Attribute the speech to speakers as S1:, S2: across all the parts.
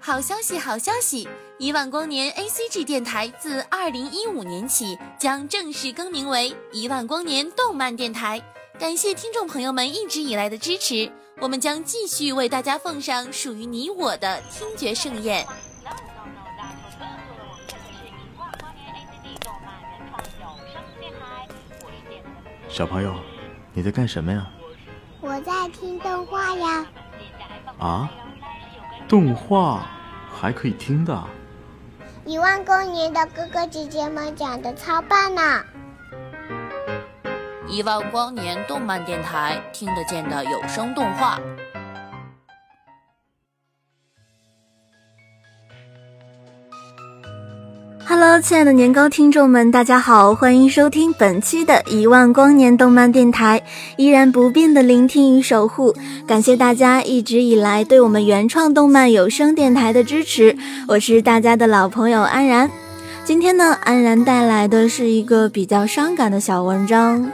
S1: 好消息，好消息！1万光年 ACG 电台自2015年起将正式更名为1万光年动漫电台。感谢听众朋友们一直以来的支持，我们将继续为大家奉上属于你我的听觉盛宴。
S2: 小朋友，你在干什么呀？
S3: 我在听动画呀。
S2: 啊？动画还可以听的
S3: ？1万光年的哥哥姐姐们讲的超棒呢。
S1: 1万光年动漫电台，听得见的有声动画。
S4: Hello， 亲爱的年糕听众们，大家好，欢迎收听本期的1万光年动漫电台，依然不变的聆听与守护，感谢大家一直以来对我们原创动漫有声电台的支持，我是大家的老朋友安然。今天呢，安然带来的是一个比较伤感的小文章。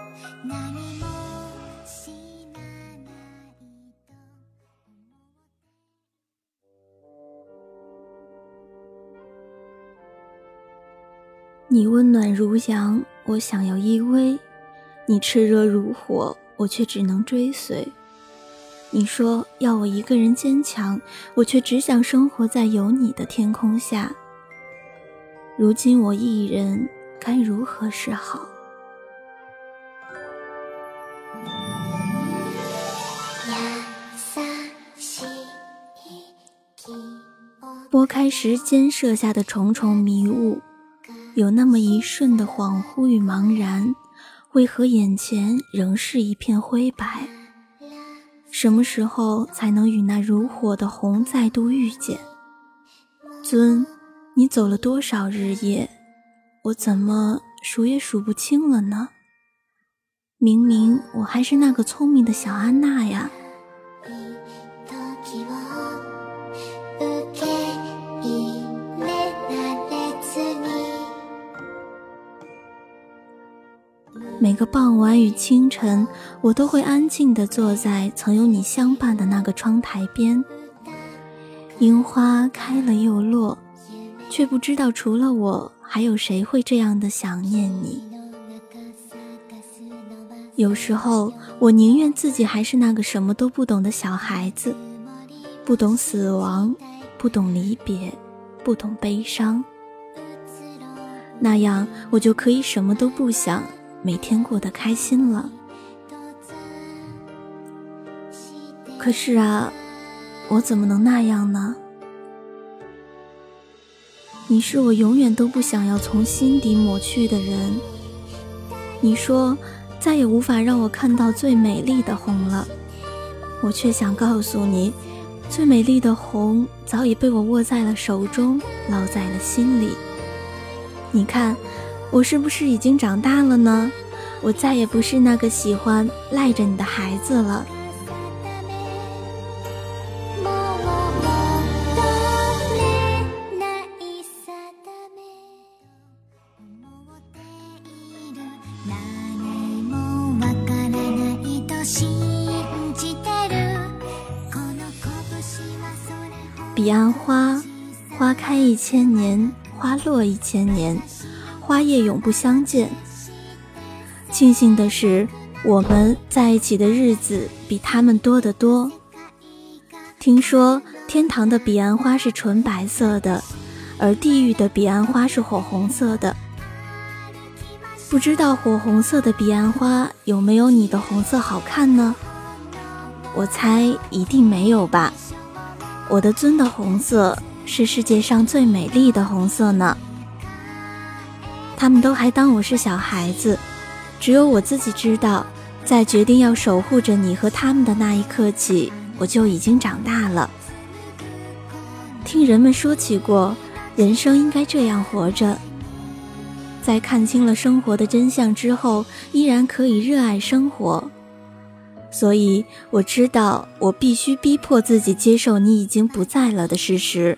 S4: 你温暖如阳，我想要依偎；你炽热如火，我却只能追随。你说要我一个人坚强，我却只想生活在有你的天空下。如今我一人，该如何是好？拨开时间设下的重重迷雾，有那么一瞬的恍惚与茫然，为何眼前仍是一片灰白？什么时候才能与那如火的红再度遇见？尊，你走了多少日夜，我怎么数也数不清了呢？明明我还是那个聪明的小安娜呀。每个傍晚与清晨，我都会安静地坐在曾有你相伴的那个窗台边。樱花开了又落，却不知道除了我，还有谁会这样的想念你。有时候，我宁愿自己还是那个什么都不懂的小孩子，不懂死亡，不懂离别，不懂悲伤。那样，我就可以什么都不想，每天过得开心了。可是啊，我怎么能那样呢？你是我永远都不想要从心底抹去的人。你说再也无法让我看到最美丽的红了，我却想告诉你，最美丽的红早已被我握在了手中，烙在了心里。你看我是不是已经长大了呢？我再也不是那个喜欢赖着你的孩子了。彼岸花，花开1000年，花落1000年，花叶永不相见。庆幸的是，我们在一起的日子比他们多得多。听说天堂的彼岸花是纯白色的，而地狱的彼岸花是火红色的。不知道火红色的彼岸花有没有你的红色好看呢？我猜一定没有吧。我的尊的红色是世界上最美丽的红色呢。他们都还当我是小孩子，只有我自己知道，在决定要守护着你和他们的那一刻起，我就已经长大了。听人们说起过，人生应该这样活着，在看清了生活的真相之后，依然可以热爱生活。所以我知道，我必须逼迫自己接受你已经不在了的事实。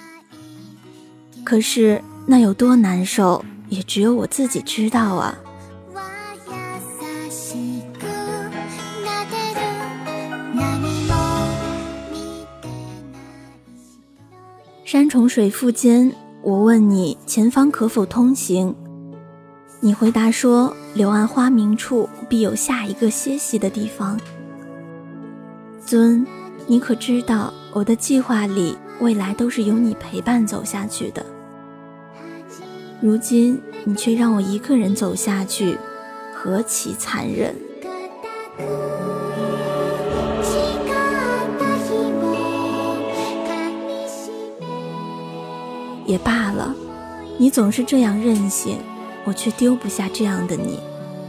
S4: 可是那有多难受，也只有我自己知道啊。 山重水复间，我问你前方可否通行，你回答说柳暗花明处必有下一个歇息的地方。尊，你可知道我的计划里未来都是由你陪伴走下去的，如今你却让我一个人走下去，何其残忍。也罢了，你总是这样任性，我却丢不下这样的你。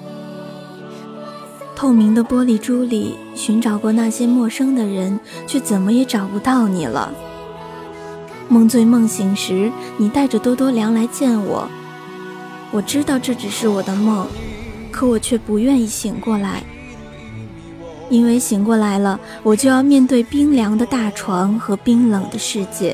S4: 透明的玻璃珠里寻找过那些陌生的人，却怎么也找不到你了。梦醉梦醒时，你带着多多粮来见我，我知道这只是我的梦，可我却不愿意醒过来，因为醒过来了，我就要面对冰凉的大床和冰冷的世界。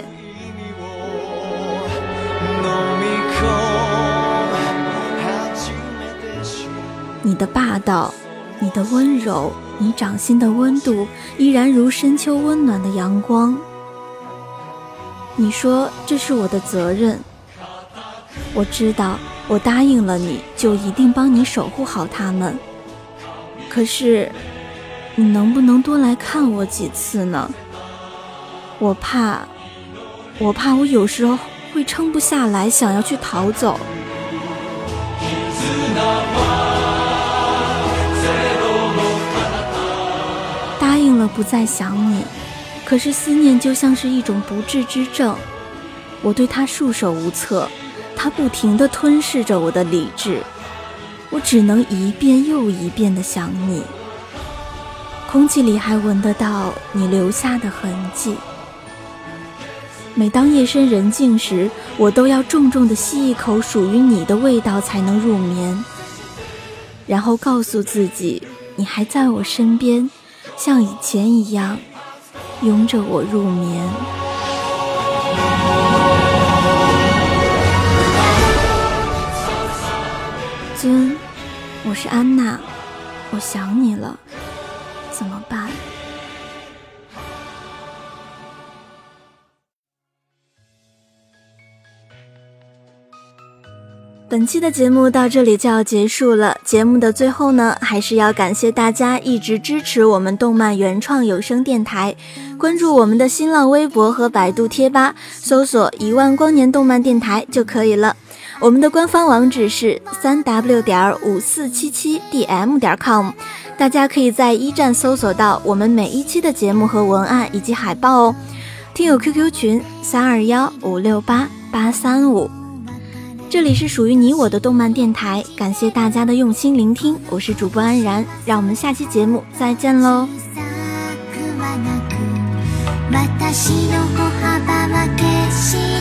S4: 你的霸道，你的温柔，你掌心的温度依然如深秋温暖的阳光。你说这是我的责任，我知道我答应了你就一定帮你守护好他们，可是你能不能多来看我几次呢？我怕我有时候会撑不下来，想要去逃走。答应了不再想你，可是思念就像是一种不治之症，我对它束手无策，它不停地吞噬着我的理智，我只能一遍又一遍地想你，空气里还闻得到你留下的痕迹。每当夜深人静时，我都要重重地吸一口属于你的味道才能入眠，然后告诉自己你还在我身边，像以前一样拥着我入眠。尊，我是安娜，我想你了，怎么办？本期的节目到这里就要结束了，节目的最后呢，还是要感谢大家一直支持我们动漫原创有声电台，关注我们的新浪微博和百度贴吧，搜索1万光年动漫电台就可以了。我们的官方网址是3w.5477dm.com， 大家可以在一站搜索到我们每一期的节目和文案以及海报哦。听友 QQ 群321568835。这里是属于你我的动漫电台，感谢大家的用心聆听，我是主播安然，让我们下期节目再见喽。私の歩幅は決し